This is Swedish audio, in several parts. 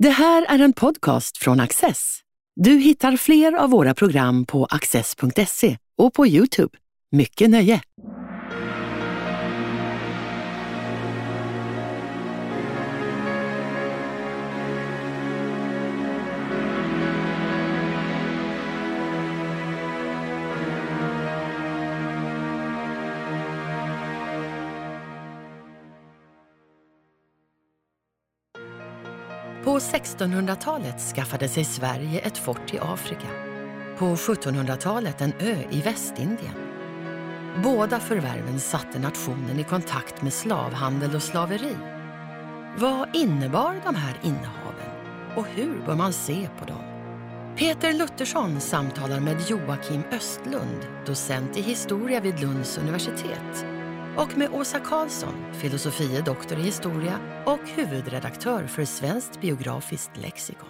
Det här är en podcast från Access. Du hittar fler av våra program på access.se och på YouTube. Mycket nöje! På 1600-talet skaffade sig Sverige ett fort i Afrika. På 1700-talet en ö i Västindien. Båda förvärven satte nationen i kontakt med slavhandel och slaveri. Vad innebar de här innehaven och hur bör man se på dem? Peter Luttersson samtalar med Joakim Östlund, docent i historia vid Lunds universitet. Och med Åsa Karlsson, filosofie doktor i historia och huvudredaktör för Svenskt biografiskt lexikon.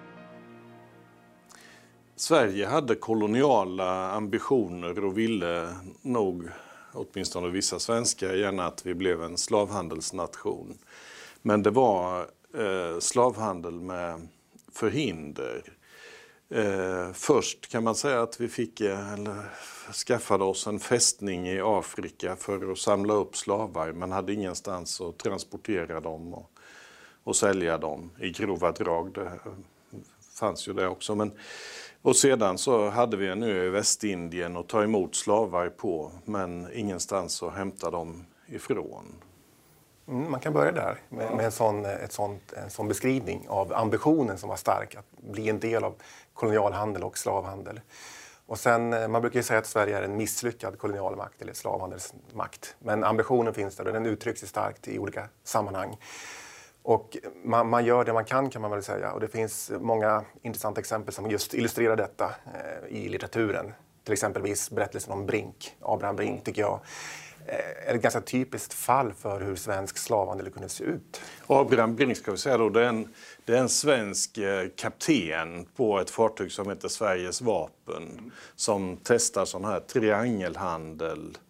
Sverige hade koloniala ambitioner och ville nog, åtminstone vissa svenskar, gärna att vi blev en slavhandelsnation. Men det var slavhandel med förhinder. Först kan man säga att vi skaffade oss en fästning i Afrika för att samla upp slavar, men hade ingenstans att transportera dem och sälja dem i grova drag. Det fanns ju det också. Och sedan så hade vi en ö i Västindien att ta emot slavar på, men ingenstans att hämta dem ifrån. Man kan börja där med en sån beskrivning av ambitionen som var stark att bli en del av kolonialhandel och slavhandel. Och sen, man brukar ju säga att Sverige är en misslyckad kolonialmakt eller slavhandelsmakt. Men ambitionen finns där och den uttrycks starkt i olika sammanhang. Och man gör det man kan man väl säga. Och det finns många intressanta exempel som just illustrerar detta i litteraturen. Till exempelvis berättelsen om Brink, Abraham Brink tycker jag, är ett ganska typiskt fall för hur svensk slavhandel kunde se ut. Abraham Brink ska vi säga då, det är en svensk kapten på ett fartyg som heter Sveriges Vapen som testar sån här triangelhandel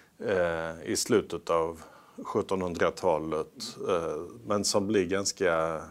i slutet av 1700-talet men som blir ganska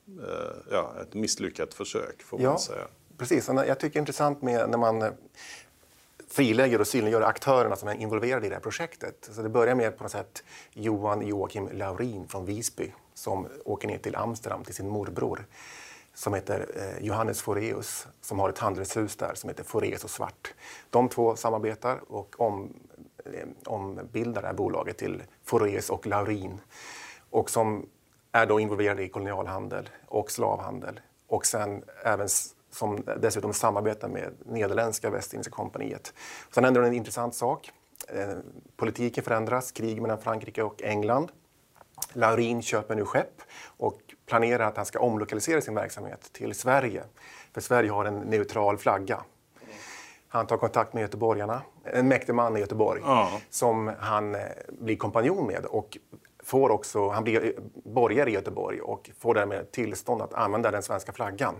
ett misslyckat försök får man säga. Precis, jag tycker det är intressant med när man frilägger och synliggör aktörerna som är involverade i det här projektet. Så det börjar med på något sätt Joakim Laurin från Visby som åker ner till Amsterdam till sin morbror som heter Johannes Foreus som har ett handelshus där som heter Foreus och Svart. De två samarbetar och ombildar det här bolaget till Foreus och Laurin och som är då involverade i kolonialhandel och slavhandel och sen även som dessutom samarbetar med nederländska Västindiska kompaniet. Sen händer en intressant sak. Politiken förändras, krig mellan Frankrike och England. Laurin köper nu skepp och planerar att han ska omlokalisera sin verksamhet till Sverige. För Sverige har en neutral flagga. Han tar kontakt med göteborgarna, en mäktig man i Göteborg som han blir kompanjon med och han blir borgare i Göteborg och får därmed tillstånd att använda den svenska flaggan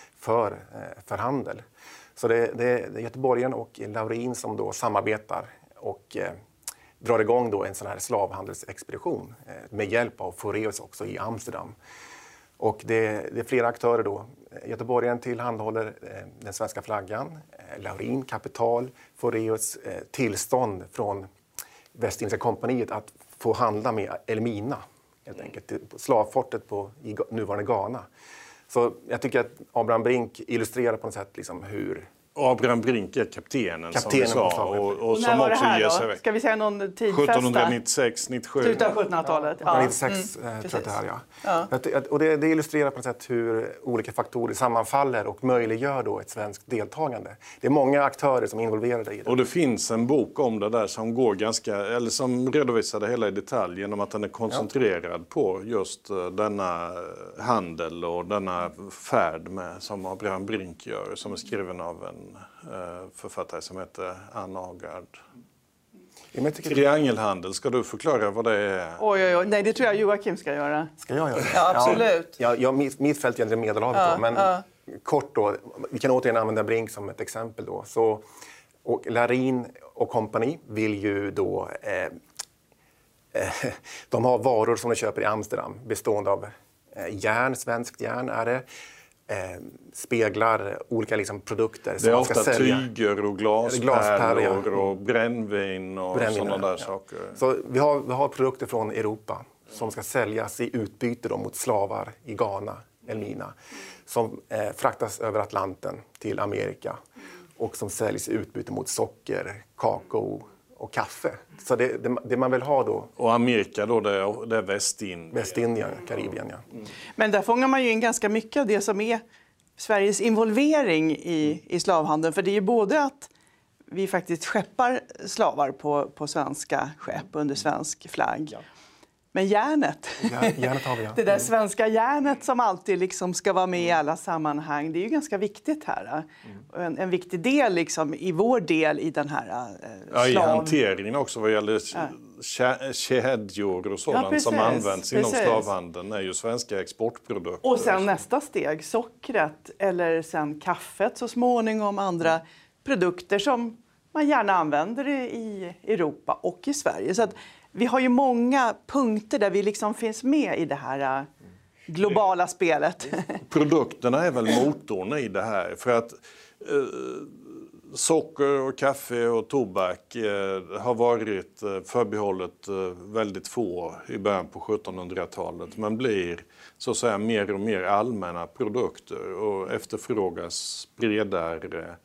för handel. Så det är göteborgaren och Laurin som då samarbetar och drar igång då en sån här slavhandelsexpedition med hjälp av Foreus också i Amsterdam. Och det är flera aktörer då. Göteborgaren tillhandahåller den svenska flaggan, Laurin kapital, Foreus tillstånd från Västindiska kompaniet att få handla med Elmina, helt enkelt, slavfortet i nuvarande Ghana. Så jag tycker att Abraham Brink illustrerar på något sätt liksom hur... Abraham Brink är kaptenen som vi sa. Och som också här ger sig. Ska vi säga någon tidfesta? 1796, 97. Slutet av 1700-talet. Ja. 96 tror jag det här, ja. Och det illustrerar på något sätt hur olika faktorer sammanfaller och möjliggör då ett svenskt deltagande. Det är många aktörer som är involverade i det. Och det finns en bok om det där som redovisar det hela i detalj genom att den är koncentrerad på just denna handel och denna färd som Abraham Brink gör, som är skriven av en författare som heter Ann Agard. Triangelhandel, ska du förklara vad det är? Oj, nej, det tror jag Joakim ska göra. Ska jag göra det? Ja, absolut. Ja, mitt fält är Medelhavet då, men kort då, vi kan återigen använda Brink som ett exempel då. Och Laurin och kompani vill ju då, de har varor som de köper i Amsterdam bestående av Järn, svenskt järn är det. Speglar, olika liksom produkter. Det är ofta tyger och glaspärlor och brännvin och sådana där saker. Så vi har produkter från Europa som ska säljas i utbyte då mot slavar i Ghana, Elmina. Som fraktas över Atlanten till Amerika och som säljs i utbyte mot socker, kakao och kaffe. Så det man vill ha då... Och Amerika då, det är Västindien. Västindien, Karibien, ja. Men där fångar man ju in ganska mycket av det som är Sveriges involvering i slavhandeln. För det är ju både att vi faktiskt skeppar slavar på svenska skepp under svensk flagg. Ja. Men järnet, järnet har vi, ja. Det där svenska järnet som alltid liksom ska vara med i alla sammanhang, det är ju ganska viktigt här. En viktig del liksom, i vår del i den här i hanteringen också vad gäller kedjor och sådant som används inom slavhandeln är ju svenska exportprodukter. Och sen nästa steg, sockret eller sen kaffet så småningom, andra produkter som man gärna använder i Europa och i Sverige. Så att vi har ju många punkter där vi liksom finns med i det här globala spelet. Produkterna är väl motorn i det här. För att socker och kaffe och tobak har varit förbehållet väldigt få i början på 1700-talet. Men blir så att säga mer och mer allmänna produkter och efterfrågas bredare.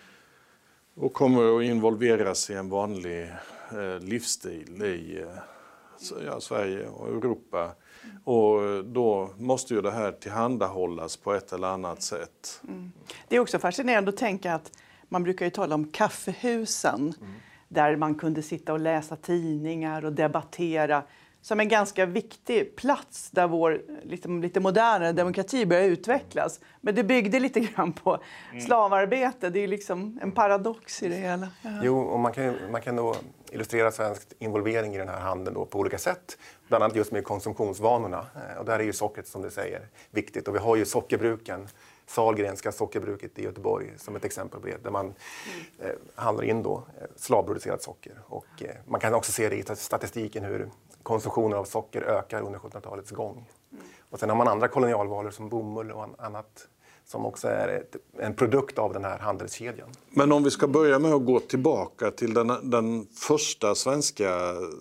Och kommer att involveras i en vanlig livsstil i Sverige och Europa. Och då måste ju det här tillhandahållas på ett eller annat sätt. Det är också fascinerande att tänka att man brukar ju tala om kaffehusen. Där man kunde sitta och läsa tidningar och debattera. Som en ganska viktig plats där vår lite modernare demokrati börjar utvecklas. Men det byggde lite grann på slavarbete. Det är liksom en paradox i det hela. Ja. Jo, och man kan då illustrera svensk involvering i den här handeln då på olika sätt. Bland annat just med konsumtionsvanorna. Och där är ju sockret, som du säger, viktigt. Och vi har ju sockerbruken. Sahlgrenska sockerbruket i Göteborg som ett exempel på det, där man handlar in då slavproducerat socker. Och man kan också se det i statistiken hur konsumtionen av socker ökar under 1700-talets gång. Och sen har man andra kolonialvaror som bomull och annat som också är en produkt av den här handelskedjan. Men om vi ska börja med att gå tillbaka till den första svenska...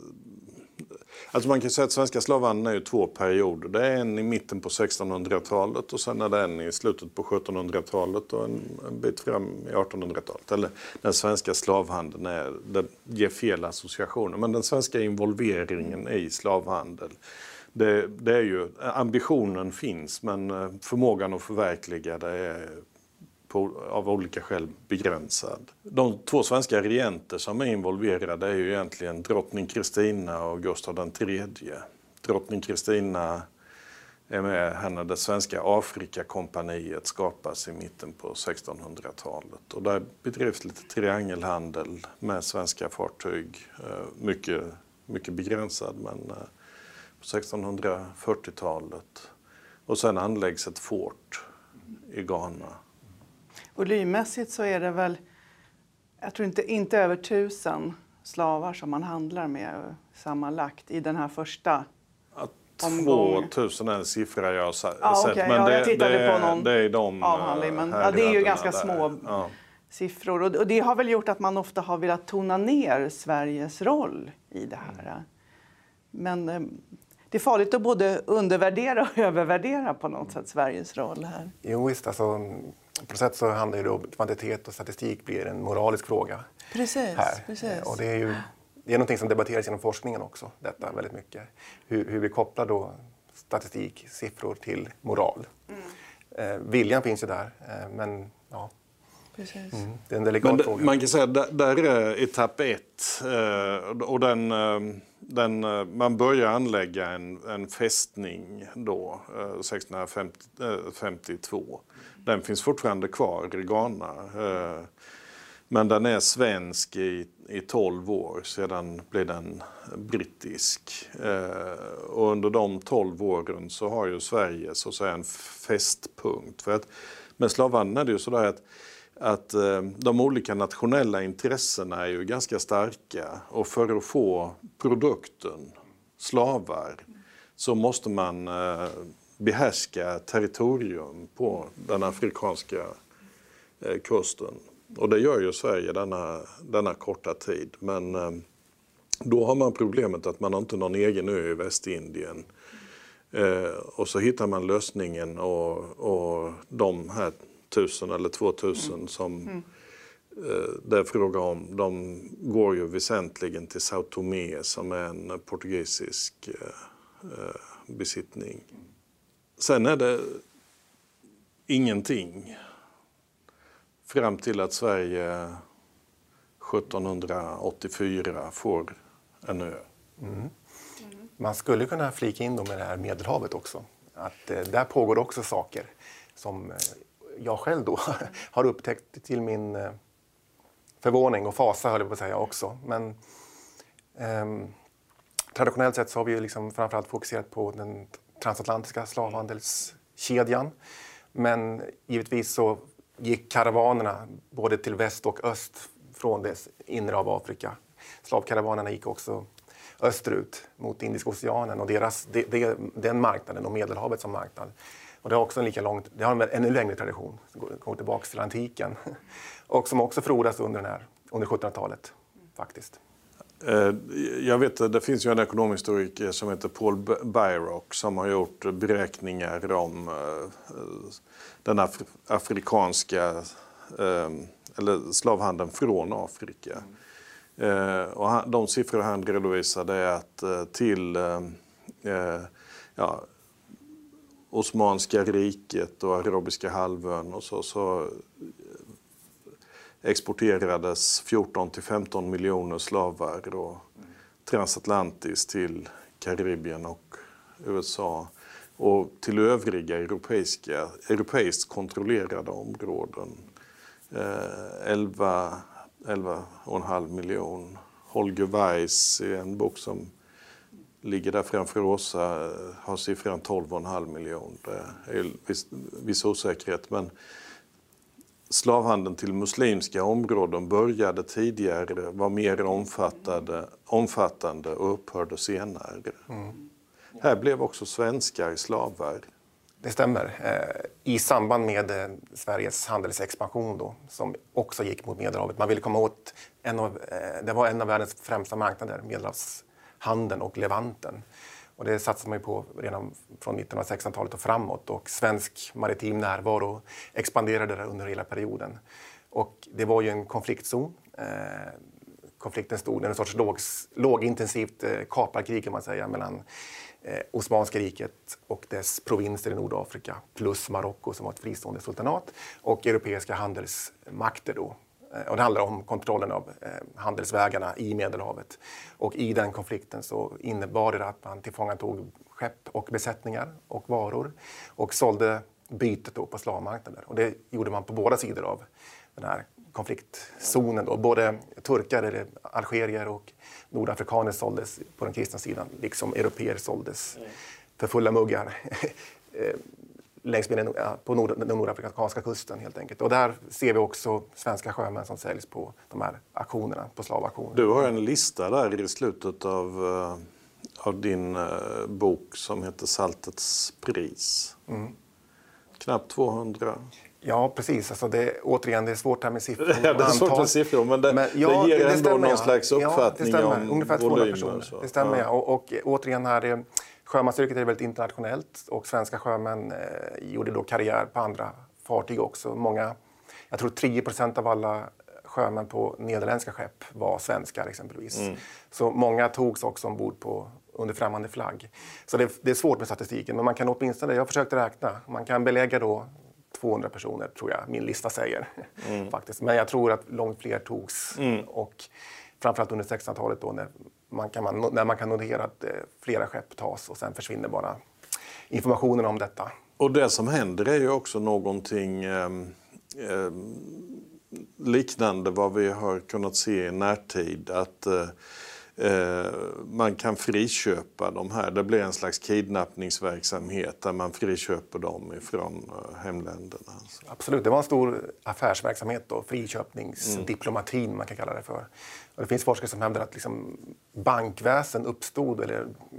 Alltså man kan säga att svenska slavhandeln är ju två perioder. Det är en i mitten på 1600-talet och sen är det en i slutet på 1700-talet och en bit fram i 1800-talet. Eller den svenska slavhandeln den ger fel associationer. Men den svenska involveringen i slavhandel, det är ju, ambitionen finns men förmågan att förverkliga det är av olika skäl begränsad. De två svenska regenter som är involverade är ju egentligen drottning Kristina och Gustav III. Drottning Kristina är med henne, det svenska Afrikakompaniet skapas i mitten på 1600-talet. Och där bedrevs lite triangelhandel med svenska fartyg. Mycket begränsad, men på 1640-talet. Och sen anläggs ett fort i Ghana. Volymmässigt så är det väl, jag tror inte över 1000 slavar som man handlar med sammanlagt i den här första omgången. 2000 är en siffra jag har sett. Okay. Men jag tittade på någon det är de avhandling. Men det är ju ganska små siffror. Och det har väl gjort att man ofta har velat tona ner Sveriges roll i det här. Men det är farligt att både undervärdera och övervärdera på något sätt Sveriges roll här. Jo visst, alltså på sätt så handlar ju då kvantitet och statistik blir en moralisk fråga. Precis. Och det är någonting som debatteras inom forskningen också, detta väldigt mycket. Hur vi kopplar då statistik, siffror till moral. Viljan finns ju där, men ja. Precis. Det är en delikat fråga. Man kan säga att där är etapp 1 och man börjar anlägga en fästning då 1652. Den finns fortfarande kvar i Ghana. Men den är svensk i 12 år, sedan blev den brittisk. Och under de 12 åren så har ju Sverige så att säga en fästpunkt. För att med slavhandeln är det ju sådär att de olika nationella intressena är ju ganska starka. Och för att få produkten, slavar, så måste man behärska territorium på den afrikanska kusten. Och det gör ju Sverige denna korta tid. Men då har man problemet att man inte har någon egen ö i Västindien. Och så hittar man lösningen och de här 1000 eller 2000 som det är fråga om, de går ju väsentligen till Sao Tomé som är en portugisisk besittning. Sen är det ingenting fram till att Sverige 1784 får en ö. Man skulle kunna flika in med det här Medelhavet också. Att där pågår också saker som jag själv då har upptäckt till min förvåning och fasa, höll jag på att säga också. Men traditionellt sett så har vi liksom framförallt fokuserat på den transatlantiska slavhandelskedjan. Men givetvis så gick karavanerna både till väst och öst från det inre av Afrika. Slavkaravanerna gick också österut mot Indiska oceanen och den marknaden och Medelhavet som marknad. Och det har också det har en ännu längre tradition, går tillbaka till antiken. Och som också frodas under 1700-talet faktiskt. Jag vet att det finns ju en ekonomhistoriker som heter Paul Byrock som har gjort beräkningar om den afrikanska eller slavhandeln från Afrika. Och de siffror han redovisade är att till Osmanska riket och Arabiska halvön och så exporterades 14 till 15 miljoner slavar och transatlantiskt till Karibien och USA och till övriga europeiskt kontrollerade områden 11,5 miljoner. Holger Weiss i en bok som ligger där framför Åsa har siffran 12,5 miljoner. Det är viss osäkerhet, men slavhandeln till muslimska områden började tidigare, var mer omfattande och upphörde senare. Här blev också svenskar slavar. Det stämmer. I samband med Sveriges handelsexpansion då, som också gick mot Medelhavet. Man ville komma åt det var en av världens främsta marknader, Medelhavshandeln och Levanten. Och det satsade man ju på redan från mitten av 1600-talet och framåt. Och svensk maritim närvaro expanderade där under hela perioden. Och det var ju en konfliktzon. Konflikten stod en sorts lågintensivt kaparkrig kan man säga mellan Osmanska riket och dess provinser i Nordafrika plus Marocko som var ett fristående sultanat och europeiska handelsmakter då. Och det handlar om kontrollen av handelsvägarna i Medelhavet. Och i den konflikten så innebar det att man tillfångatog skepp och besättningar och varor och sålde bytet då på slavmarknader. Och det gjorde man på båda sidor av den här konfliktzonen då. Både turkar eller algerier och nordafrikaner såldes på den kristna sidan, liksom europeer såldes för fulla muggar längs med den nordafrikanska kusten helt enkelt. Och där ser vi också svenska sjömän som säljs på de här auktionerna, på slavaktioner. Du har en lista där i slutet av din bok som heter Saltets pris. Knappt 200. Ja, precis. Alltså det är svårt här med siffror. Det är svårt med siffror, men det ger ändå någon slags uppfattning om ungefär 200 volymer. Personer. Det stämmer, ja. Och återigen här, sjömansyrket är väldigt internationellt och svenska sjömän gjorde då karriär på andra fartyg också. Jag tror 10% av alla sjömän på nederländska skepp var svenskar exempelvis. Så många togs också ombord under främmande flagg. Så det är svårt med statistiken, men man kan åtminstone, jag försökte räkna, man kan belägga då 200 personer tror jag min lista säger faktiskt. Men jag tror att långt fler togs och framförallt under 1600-talet då när man kan notera att flera skepp tas och sen försvinner bara informationen om detta. Och det som händer är ju också någonting liknande vad vi har kunnat se i närtid, att man kan friköpa de här. Det blir en slags kidnappningsverksamhet där man friköper dem ifrån hemländerna. Absolut, det var en stor affärsverksamhet då, friköpningsdiplomatin man kan kalla det för. Och det finns forskare som hävdar att liksom bankväsen uppstod eller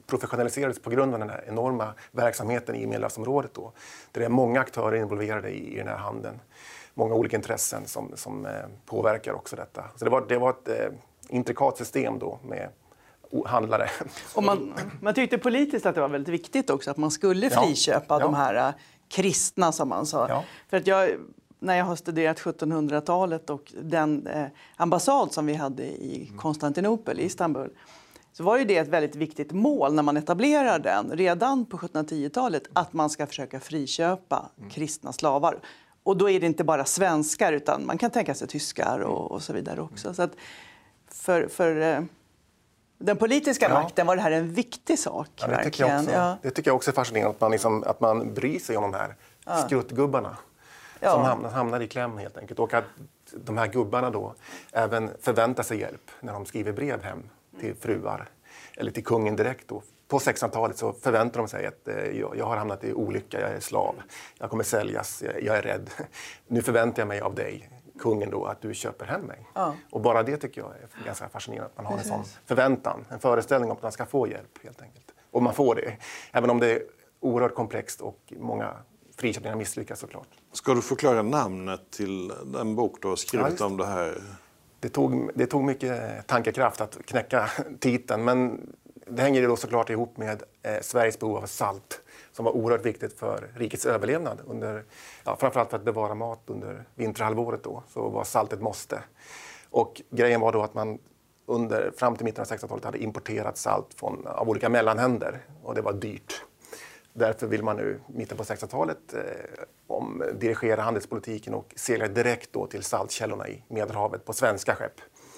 professionaliserades på grund av den här enorma verksamheten i Medelhavsområdet då. Där det är många aktörer involverade i den här handeln. Många olika intressen som påverkar också detta. Så det var ett intrikat system då med handlare. Och man tyckte politiskt att det var väldigt viktigt också att man skulle friköpa de här kristna som man sa. Ja. För att när jag har studerat 1700-talet och den ambassad som vi hade i Konstantinopel, i Istanbul, så var ju det ett väldigt viktigt mål när man etablerar den redan på 1710-talet att man ska försöka friköpa kristna slavar. Och då är det inte bara svenskar utan man kan tänka sig tyskar och så vidare också. Så att för den politiska makten var det här en viktig sak. Ja, det tycker jag också är fascinerande att man bryr sig om de här skruttgubbarna som hamnar i kläm helt enkelt. Och att de här gubbarna då även förväntar sig hjälp när de skriver brev hem till fruar eller till kungen direkt då. På 1600-talet så förväntar de sig att jag har hamnat i olycka, jag är slav, jag kommer säljas, jag är rädd. Nu förväntar jag mig av dig, kungen då, att du köper hem mig. Ja. Och bara det tycker jag är ganska fascinerande, att man har en sån förväntan, en föreställning om att man ska få hjälp helt enkelt. Och man får det, även om det är oerhört komplext och många friköpningar misslyckas såklart. Ska du förklara namnet till den bok du har skrivit om det här? Det tog mycket tankekraft att knäcka titeln, men det hänger ju då såklart ihop med Sveriges behov av salt som var oerhört viktigt för rikets överlevnad framförallt för att bevara mat under vinterhalvåret då, så var salt ett måste. Och grejen var då att man fram till mitten av 1600-talet hade importerat salt av olika mellanhänder och det var dyrt. Därför vill man nu, mitten på 1600-talet, dirigera handelspolitiken och segla direkt då till saltkällorna i Medelhavet på svenska skepp.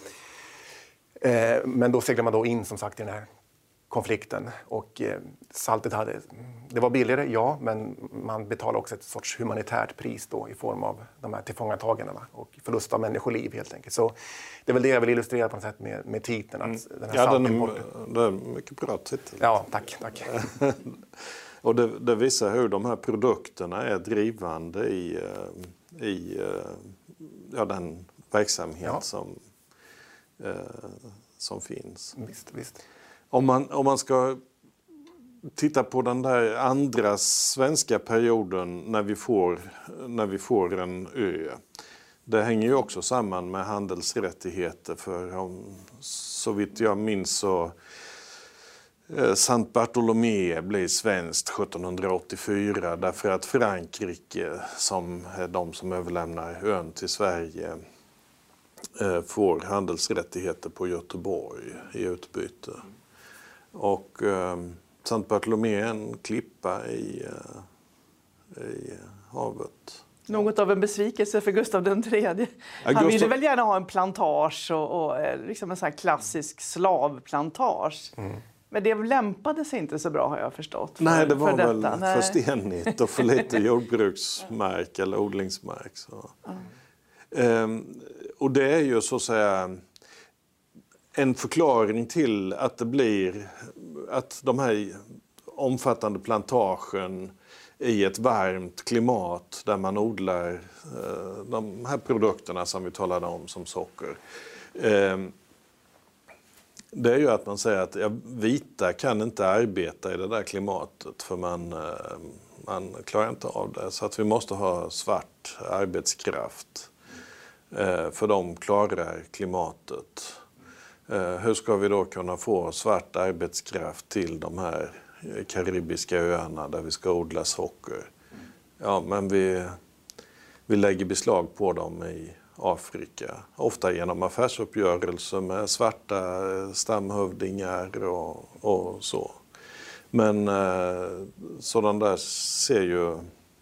Men då seglar man då in som sagt i den här konflikten och saltet det var billigare, men man betalade också ett sorts humanitärt pris då i form av de här tillfångatagandena och förlust av människoliv helt enkelt. Så det är väl det jag vill illustrera på något sätt med titeln. Att den här det är mycket bra titel. Ja, tack. Och det visar hur de här produkterna är drivande i den verksamhet som finns. Visst. Om man ska titta på den där andra svenska perioden när vi får en ö. Det hänger ju också samman med handelsrättigheter för så vitt jag minns så Sant Bartolomé blev svenskt 1784 därför att Frankrike, som är de som överlämnar ön till Sverige, får handelsrättigheter på Göteborg i utbyte. Och Sant Bartolomé är en klippa i havet. Något av en besvikelse för Gustav III. Han ville väl gärna ha en plantage och liksom en sån här klassisk slavplantage. Men det lämpade sig inte så bra har jag förstått. Nej, det var väl för stenigt och för lite jordbruksmark eller odlingsmark. Så. Och det är ju så att säga en förklaring till att att de här omfattande plantagen i ett varmt klimat där man odlar de här produkterna som vi talade om som socker. Det är ju att man säger att vita kan inte arbeta i det där klimatet för man klarar inte av det. Så att vi måste ha svart arbetskraft för de klarar klimatet. Hur ska vi då kunna få svart arbetskraft till de här karibiska öarna där vi ska odla socker? Ja, men vi lägger beslag på dem i Afrika. Ofta genom affärsuppgörelser med svarta stamhövdingar och så. Men sådan där ser ju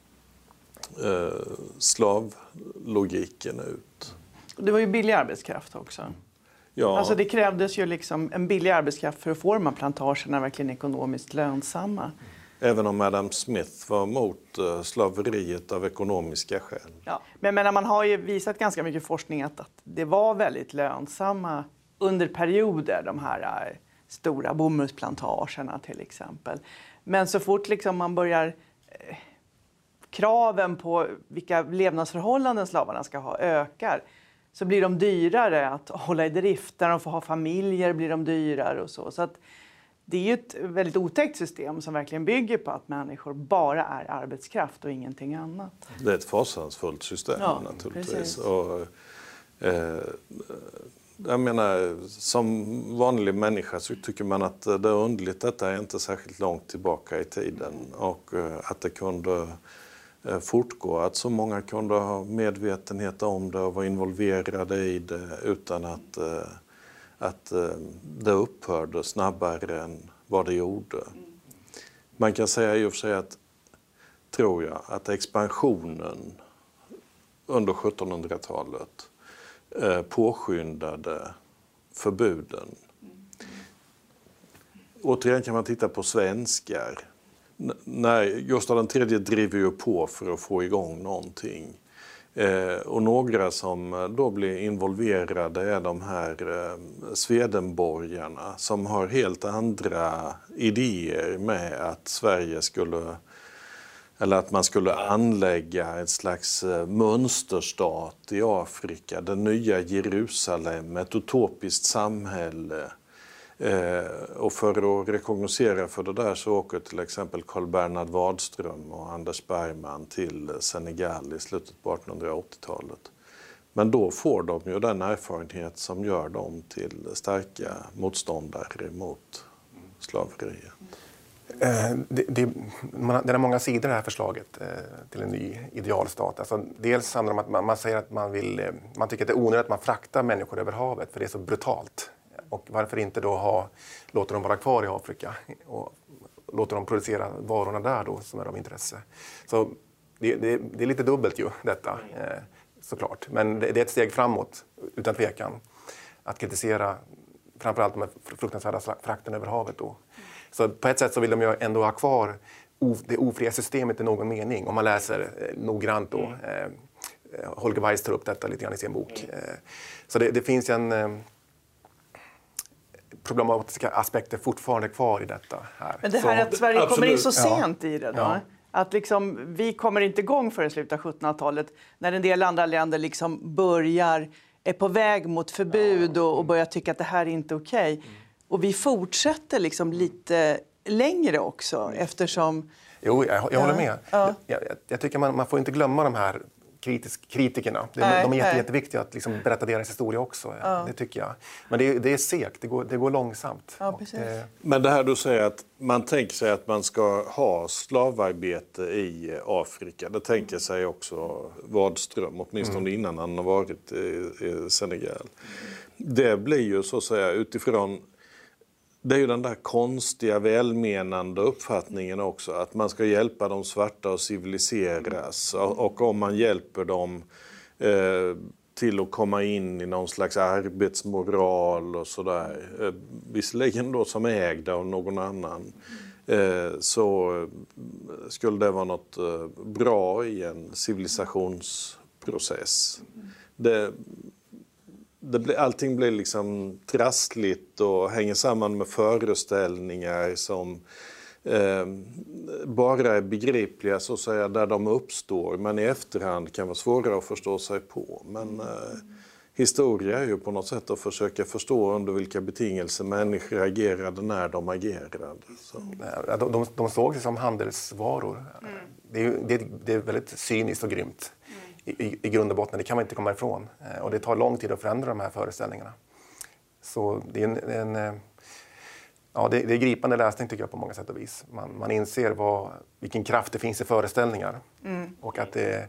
slavlogiken ut. Det var ju billig arbetskraft också. Ja. Alltså det krävdes ju liksom en billig arbetskraft för att få de här plantagerna verkligen ekonomiskt lönsamma. Även om Adam Smith var mot slaveriet av ekonomiska skäl. Ja, men man har ju visat ganska mycket forskning att det var väldigt lönsamma under perioder, de här stora bomullsplantagerna till exempel. Men så fort liksom man börjar kraven på vilka levnadsförhållanden slavarna ska ha ökar, så blir de dyrare att hålla i drift. När de får ha familjer blir de dyrare och så. Så att det är ju ett väldigt otäckt system som verkligen bygger på att människor bara är arbetskraft och ingenting annat. Det är ett fasansfullt system naturligtvis. Och, jag menar, som vanlig människa så tycker man att det är underligt. Detta är inte särskilt långt tillbaka i tiden och att det kunde fortgå. Att så många kunde ha medvetenhet om det och vara involverade i det utan att det upphörde snabbare än vad det gjorde. Man kan säga i och för sig att, tror jag, att expansionen under 1700-talet påskyndade förbuden. Återigen kan man titta på svenskar. Gustav III driver ju på för att få igång någonting. Och några som då blir involverade är de här Swedenborgarna som har helt andra idéer med att Sverige skulle, eller att man skulle anlägga ett slags mönsterstat i Afrika, det nya Jerusalem, ett utopiskt samhälle. Och för att rekognosera för det där så åker till exempel Carl Bernhard Wadström och Anders Bergman till Senegal i slutet på 1880-talet. Men då får de ju den erfarenhet som gör dem till starka motståndare mot slaveriet. Det är många sidor det här förslaget till en ny idealstat. Alltså, dels handlar det om att man säger att man tycker att det är onödigt att man fraktar människor över havet för det är så brutalt. Och varför inte då låta dem vara kvar i Afrika och låta dem producera varorna där då som är av intresse. Så det är lite dubbelt ju detta såklart. Men det är ett steg framåt utan tvekan att kritisera framförallt de här fruktansvärda frakten över havet då. Så på ett sätt så vill de ju ändå ha kvar det ofria systemet i någon mening. Om man läser noggrant då. Holger Weiss tar upp detta lite grann i sin bok. Så det finns en problematiska aspekter fortfarande kvar i detta här. Men det här att Sverige absolut. kommer in så sent i det då? Ja. Att liksom, vi kommer inte igång förrän slutet av 1700-talet när en del andra länder liksom är på väg mot förbud och börjar tycka att det här är inte okej. Och vi fortsätter liksom lite längre också eftersom... Jo, jag håller med. Ja. Jag tycker man får inte glömma de här kritikerna. De är jätteviktiga att liksom berätta deras historia också. Ja. Det tycker jag. Men det är segt, det går långsamt. Ja, precis. Men det här du säger att man tänker sig att man ska ha slavarbete i Afrika. Det tänker sig också Wadström, åtminstone innan han har varit i Senegal. Det blir ju så att säga utifrån... Det är ju den där konstiga, välmenande uppfattningen också. Att man ska hjälpa de svarta att civiliseras. Och om man hjälper dem till att komma in i någon slags arbetsmoral och sådär. Visserligen då som ägda av någon annan. Så skulle det vara något bra i en civilisationsprocess. Allting blir liksom trassligt och hänger samman med föreställningar som bara är begripliga så att säga där de uppstår. Men i efterhand kan vara svårare att förstå sig på. Men historia är ju på något sätt att försöka förstå under vilka betingelser människor agerade när de agerade. Så. De såg sig som handelsvaror. Det är väldigt cyniskt och grymt. I grund och botten, det kan man inte komma ifrån. Och det tar lång tid att förändra de här föreställningarna. Så det är det är gripande läsning tycker jag på många sätt och vis. Man inser vilken kraft det finns i föreställningar. Och att det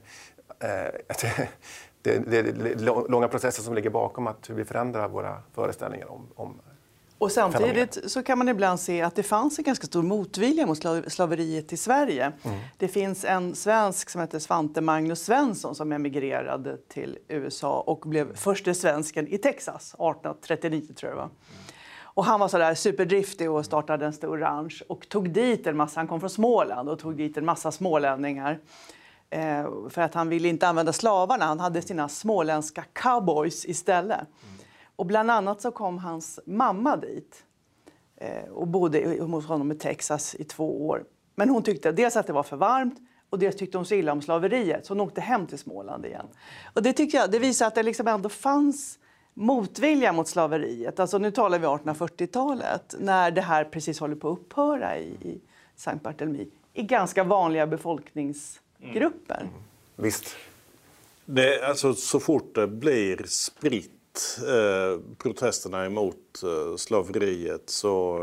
är långa processer som ligger bakom hur vi förändrar våra föreställningar om och samtidigt så kan man ibland se att det fanns en ganska stor motvilja mot slaveriet i Sverige. Det finns en svensk som heter Svante Magnus Svensson som emigrerade till USA och blev första svensken i Texas 1839 tror jag det var. Och han var så där superdriftig och startade en stor ranch och tog dit han kom från Småland och tog dit en massa smålänningar. För att han ville inte använda slavarna, han hade sina småländska cowboys istället. Och bland annat så kom hans mamma dit och bodde hos honom i Texas i 2 år. Men hon tyckte dels att det var för varmt och dels tyckte hon så illa om slaveriet så hon åkte hem till Småland igen. Och det tycker jag, det visar att det liksom ändå fanns motvilja mot slaveriet. Alltså nu talar vi 1840-talet när det här precis håller på att upphöra i Sankt Barthélemy i ganska vanliga befolkningsgrupper. Visst. Det, alltså, så fort det blir spritt protesterna emot slaveriet så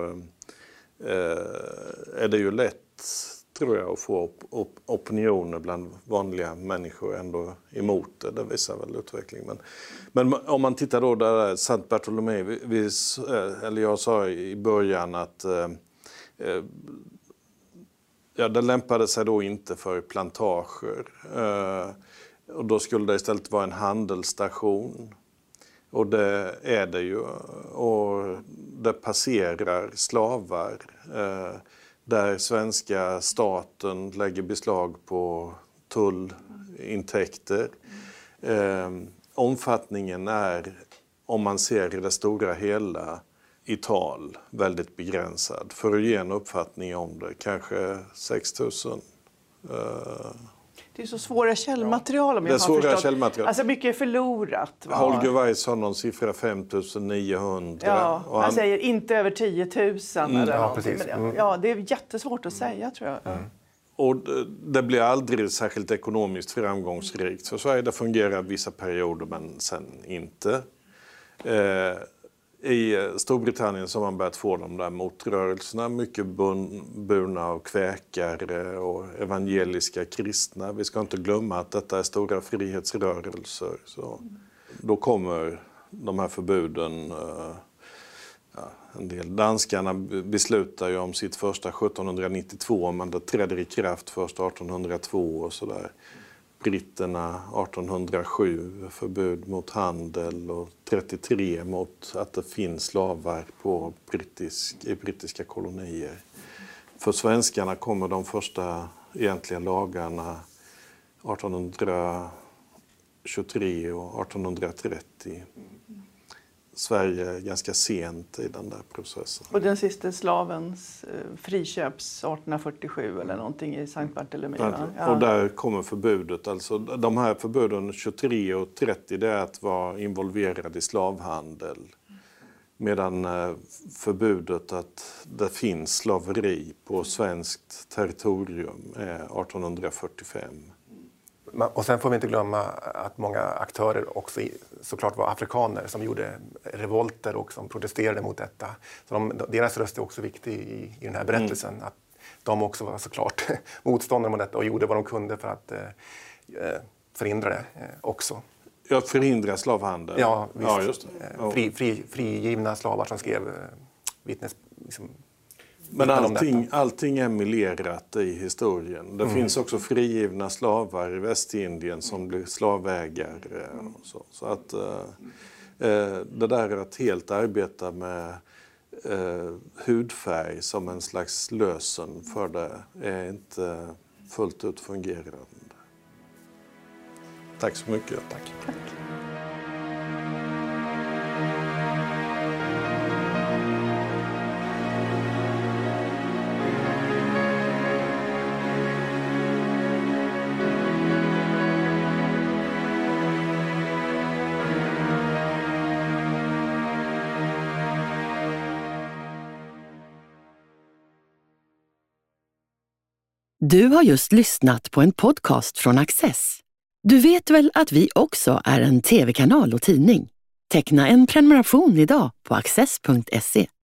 är det ju lätt, tror jag, att få opinioner bland vanliga människor ändå emot det. Det visar väl utvecklingen. Men om man tittar då där Sankt Barthélemy, eller jag sa i början att det lämpade sig då inte för plantager. Och då skulle det istället vara en handelsstation. Och det är det ju. Och det passerar slavar. Där svenska staten lägger beslag på tullintäkter. Omfattningen är, om man ser i det stora hela, i tal väldigt begränsad. För att ge en uppfattning om det, kanske 6 000. Det är så svåra källmaterial om jag har förstått. Källmaterial. Alltså mycket är förlorat. Va? Holger Weiss har någon siffra 5 900. Ja, och han säger inte över 10 000. Eller ja, precis. Ja, det är jättesvårt att säga, tror jag. Och det blir aldrig särskilt ekonomiskt framgångsrikt. Så Sverige, det fungerar vissa perioder men sen inte. I Storbritannien så har man börjat få de där motrörelserna, mycket burna av kväkare och evangeliska kristna. Vi ska inte glömma att detta är stora frihetsrörelser. Så då kommer de här förbuden. En del danskarna beslutar ju om sitt första 1792, men det träder i kraft först 1802 och sådär. Britterna 1807 förbud mot handel och 33 mot att det finns slavar på i brittiska kolonier. För svenskarna kommer de första egentliga lagarna 1823 och 1830. Sverige är ganska sent i den där processen. Och den sista slavens friköps 1847 eller någonting i Sankt Barthélemy. Ja. Och där kommer förbudet. Alltså, de här förbuden 23 och 30, det är att vara involverad i slavhandel. Medan förbudet att det finns slaveri på svenskt territorium är 1845. Och sen får vi inte glömma att många aktörer också såklart var afrikaner som gjorde revolter och som protesterade mot detta. Så deras röst är också viktig i den här berättelsen. Att de också var såklart motståndare mot detta och gjorde vad de kunde för att förhindra det också. Ja, förhindra slavhandel. Ja, visst. Ja, just det. Frigivna slavar som skrev vittnes... Liksom, men allting är melerat i historien. Det finns också frigivna slavar i Västindien som blir slavägare. Och så att det där att helt arbeta med hudfärg som en slags lösen för det är inte fullt ut fungerande. Tack så mycket. Tack. Du har just lyssnat på en podcast från Access. Du vet väl att vi också är en tv-kanal och tidning? Teckna en prenumeration idag på access.se.